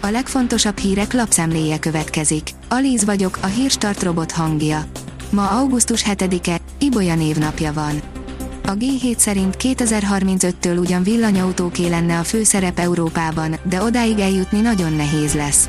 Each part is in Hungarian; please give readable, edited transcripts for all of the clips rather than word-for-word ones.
A legfontosabb hírek lapszemléje következik. Alíz vagyok, a Hírstart robot hangja. Ma augusztus 7-e, Ibolya névnapja van. A G7 szerint 2035-től ugyan villanyautóké lenne a főszerep Európában, de odáig eljutni nagyon nehéz lesz.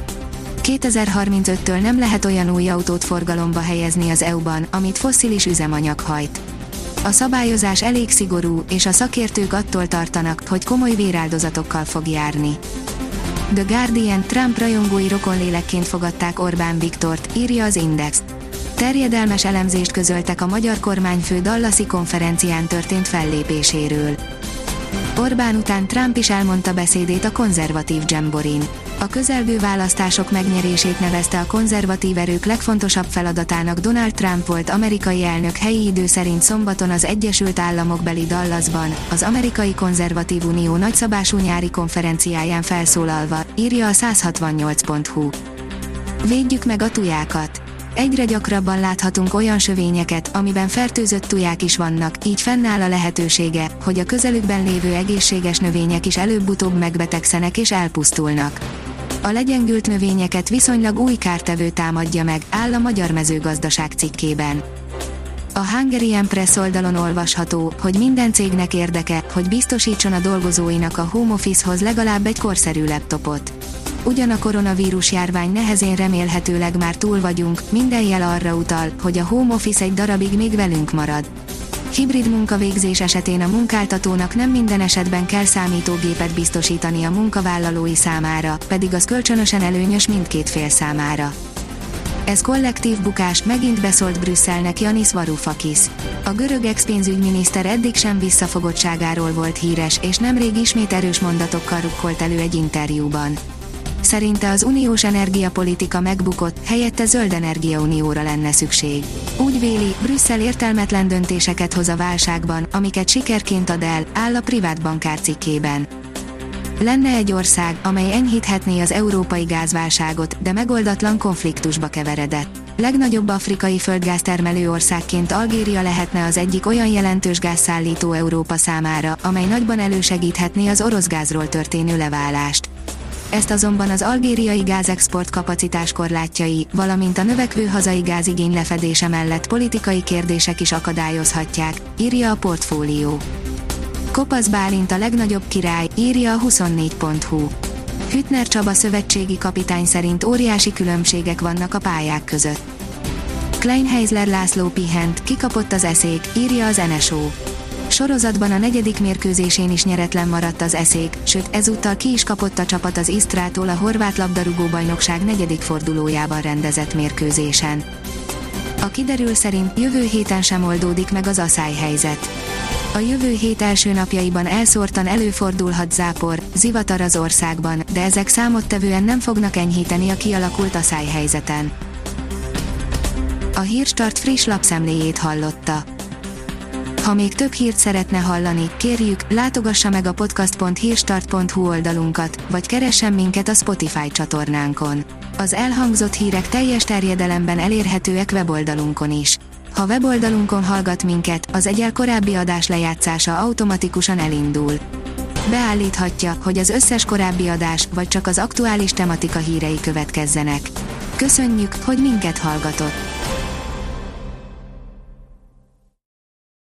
2035-től nem lehet olyan új autót forgalomba helyezni az EU-ban, amit fosszilis üzemanyag hajt. A szabályozás elég szigorú, és a szakértők attól tartanak, hogy komoly véráldozatokkal fog járni. The Guardian: Trump rajongói rokonlélekként fogadták Orbán Viktort, írja az Index. Terjedelmes elemzést közöltek a magyar kormányfő dallasi konferencián történt fellépéséről. Orbán után Trump is elmondta beszédét a konzervatív Jamborin. A közelgő választások megnyerését nevezte a konzervatív erők legfontosabb feladatának. Donald Trump volt amerikai elnök helyi idő szerint szombaton az Egyesült Államok beli Dallasban, az Amerikai Konzervatív Unió nagyszabású nyári konferenciáján felszólalva, írja a 168.hu. Védjük meg a tujákat! Egyre gyakrabban láthatunk olyan sövényeket, amiben fertőzött tuják is vannak, így fennáll a lehetősége, hogy a közelükben lévő egészséges növények is előbb-utóbb megbetegszenek és elpusztulnak. A legyengült növényeket viszonylag új kártevő támadja meg, áll a Magyar Mezőgazdaság cikkében. A Hungarian Press oldalon olvasható, hogy minden cégnek érdeke, hogy biztosítson a dolgozóinak a home office-hoz legalább egy korszerű laptopot. Ugyan a koronavírus járvány nehezén remélhetőleg már túl vagyunk, minden jel arra utal, hogy a home office egy darabig még velünk marad. Hibrid munkavégzés esetén a munkáltatónak nem minden esetben kell számítógépet biztosítani a munkavállalói számára, pedig az kölcsönösen előnyös mindkét fél számára. Ez kollektív bukás, megint beszólt Brüsszelnek Yanis Varoufakis. A görög ex-pénzügyminiszter eddig sem visszafogottságáról volt híres, és nemrég ismét erős mondatokkal rukkolt elő egy interjúban. Szerinte az uniós energiapolitika megbukott, helyette zöld energiaunióra lenne szükség. Úgy véli, Brüsszel értelmetlen döntéseket hoz a válságban, amiket sikerként ad el, áll a privát bankár cikkében. Lenne egy ország, amely enyhíthetné az európai gázválságot, de megoldatlan konfliktusba keveredett. Legnagyobb afrikai földgáztermelő országként Algéria lehetne az egyik olyan jelentős gázszállító Európa számára, amely nagyban elősegíthetné az orosz gázról történő leválást. Ezt azonban az algériai gázexport kapacitás korlátjai, valamint a növekvő hazai gázigény lefedése mellett politikai kérdések is akadályozhatják, írja a Portfólió. Kopasz Bálint a legnagyobb király, írja a 24.hu. Hüttner Csaba szövetségi kapitány szerint óriási különbségek vannak a pályák között. Kleinheisler László pihent, kikapott az eszék, írja az NSO. Sorozatban a 4. mérkőzésén is nyeretlen maradt az eszék, sőt ezúttal ki is kapott a csapat az Isztrától a horvát labdarúgó-bajnokság 4. fordulójában rendezett mérkőzésen. A kiderül szerint jövő héten sem oldódik meg az aszályhelyzet. A jövő hét első napjaiban elszórtan előfordulhat zápor, zivatar az országban, de ezek számottevően nem fognak enyhíteni a kialakult aszályhelyzeten. A Hírstart friss lapszemléjét hallotta. Ha még több hírt szeretne hallani, kérjük, látogassa meg a podcast.hírstart.hu oldalunkat, vagy keressen minket a Spotify csatornánkon. Az elhangzott hírek teljes terjedelemben elérhetőek weboldalunkon is. Ha weboldalunkon hallgat minket, az egyel korábbi adás lejátszása automatikusan elindul. Beállíthatja, hogy az összes korábbi adás, vagy csak az aktuális tematika hírei következzenek. Köszönjük, hogy minket hallgatott!